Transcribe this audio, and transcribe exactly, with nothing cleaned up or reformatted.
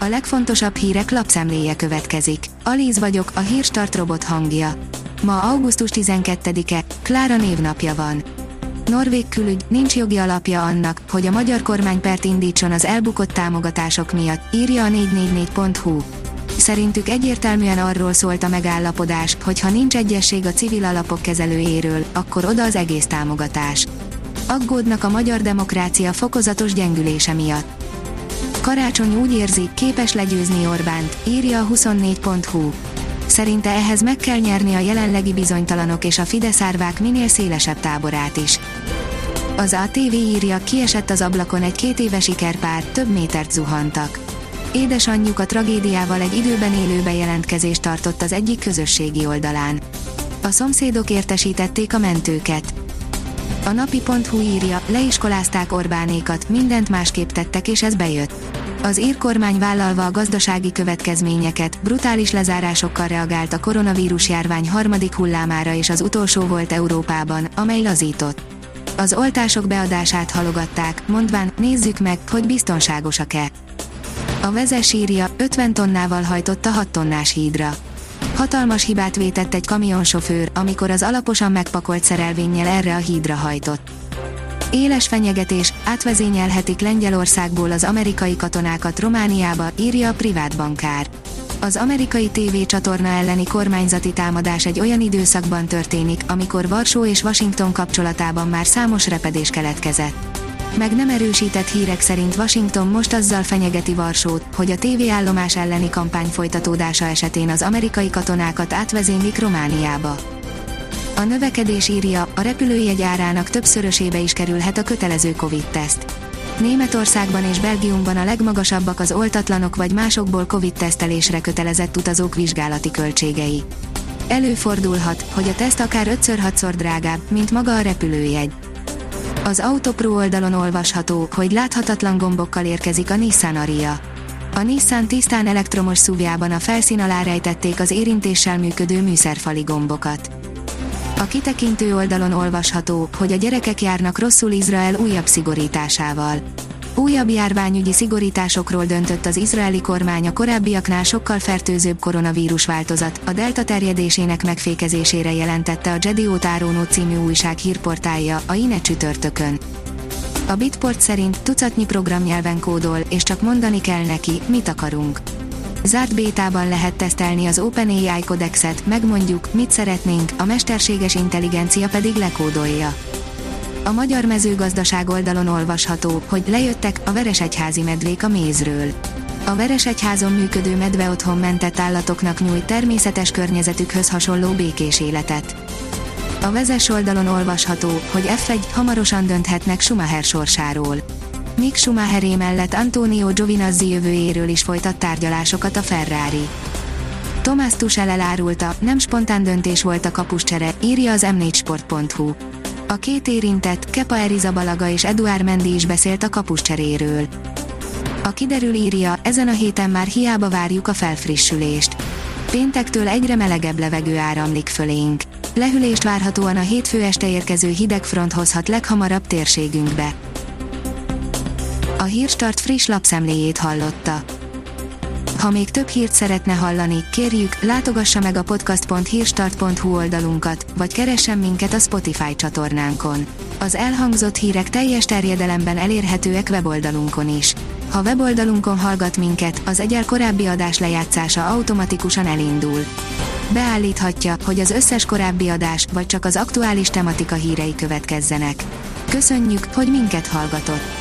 A legfontosabb hírek lapszemléje következik. Alíz vagyok, a Hírstart robot hangja. Ma augusztus tizenkettedike, Klára névnapja van. Norvég külügy, nincs jogi alapja annak, hogy a magyar kormány pert indítson az elbukott támogatások miatt, írja a négy négy négy pont hu. Szerintük egyértelműen arról szólt a megállapodás, hogy ha nincs egyesség a civil alapok kezelőjéről, akkor oda az egész támogatás. Aggódnak a magyar demokrácia fokozatos gyengülése miatt. Karácsony úgy érzi, képes legyőzni Orbánt, írja a huszonnégy pont hu. Szerinte ehhez meg kell nyerni a jelenlegi bizonytalanok és a Fidesz árvák minél szélesebb táborát is. Az á té vé írja, kiesett az ablakon egy két éves ikerpár, több métert zuhantak. Édesanyjuk a tragédiával egy időben élő bejelentkezést tartott az egyik közösségi oldalán. A szomszédok értesítették a mentőket. A napi pont hu írja, leiskolázták Orbánékat, mindent másképp tettek és ez bejött. Az ír kormány vállalva a gazdasági következményeket, brutális lezárásokkal reagált a koronavírus járvány harmadik hullámára és az utolsó volt Európában, amely lazított. Az oltások beadását halogatták, mondván, nézzük meg, hogy biztonságosak-e. A Vezes írja, ötven tonnával hajtott a hat tonnás hídra. Hatalmas hibát vétett egy kamionsofőr, amikor az alaposan megpakolt szerelvénnyel erre a hídra hajtott. Éles fenyegetés, átvezényelhetik Lengyelországból az amerikai katonákat Romániába, írja a privát bankár. Az amerikai tévécsatorna elleni kormányzati támadás egy olyan időszakban történik, amikor Varsó és Washington kapcsolatában már számos repedés keletkezett. Meg nem erősített hírek szerint Washington most azzal fenyegeti Varsót, hogy a tévéállomás elleni kampány folytatódása esetén az amerikai katonákat átvezénylik Romániába. A növekedés írja, a repülőjegy árának többszörösébe is kerülhet a kötelező Covid-teszt. Németországban és Belgiumban a legmagasabbak az oltatlanok vagy másokból Covid-tesztelésre kötelezett utazók vizsgálati költségei. Előfordulhat, hogy a teszt akár ötször-hatszor drágább, mint maga a repülőjegy. Az Autopro oldalon olvasható, hogy láthatatlan gombokkal érkezik a Nissan Ariya. A Nissan tisztán elektromos es u vé-jában a felszín alá rejtették az érintéssel működő műszerfali gombokat. A kitekintő oldalon olvasható, hogy a gyerekek járnak rosszul Izrael újabb szigorításával. Újabb járványügyi szigorításokról döntött az izraeli kormány a korábbiaknál sokkal fertőzőbb koronavírus változat, a delta terjedésének megfékezésére jelentette a Jediót Árónó című újság hírportálja, a inet csütörtökön. A Bitport szerint tucatnyi programnyelven kódol, és csak mondani kell neki, mit akarunk. Zárt bétában lehet tesztelni az OpenAI kodexet, megmondjuk, mit szeretnénk, a mesterséges intelligencia pedig lekódolja. A magyar mezőgazdaság oldalon olvasható, hogy lejöttek a veresegyházi medvék a mézről. A Veresegyházon működő medveotthon mentett állatoknak nyújt természetes környezetükhöz hasonló békés életet. A Vezes oldalon olvasható, hogy ef egy hamarosan dönthetnek Schumacher sorsáról. Mick Schumacheré mellett Antonio Giovinazzi jövőjéről is folytat tárgyalásokat a Ferrari. Thomas Tuchel elárulta, nem spontán döntés volt a kapuscsere, írja az em négy sport pont hu. A két érintett, Kepa Arrizabalaga és Eduard Mendy is beszélt a kapuscseréről. A kiderül írja, ezen a héten már hiába várjuk a felfrissülést. Péntektől egyre melegebb levegő áramlik fölénk. Lehűlést várhatóan a hétfő este érkező hidegfront hozhat leghamarabb térségünkbe. A Hírstart friss lapszemléjét hallotta. Ha még több hírt szeretne hallani, kérjük, látogassa meg a podcast pont hírstart pont hu oldalunkat, vagy keressen minket a Spotify csatornánkon. Az elhangzott hírek teljes terjedelemben elérhetőek weboldalunkon is. Ha weboldalunkon hallgat minket, az egyel korábbi adás lejátszása automatikusan elindul. Beállíthatja, hogy az összes korábbi adás, vagy csak az aktuális tematika hírei következzenek. Köszönjük, hogy minket hallgatott!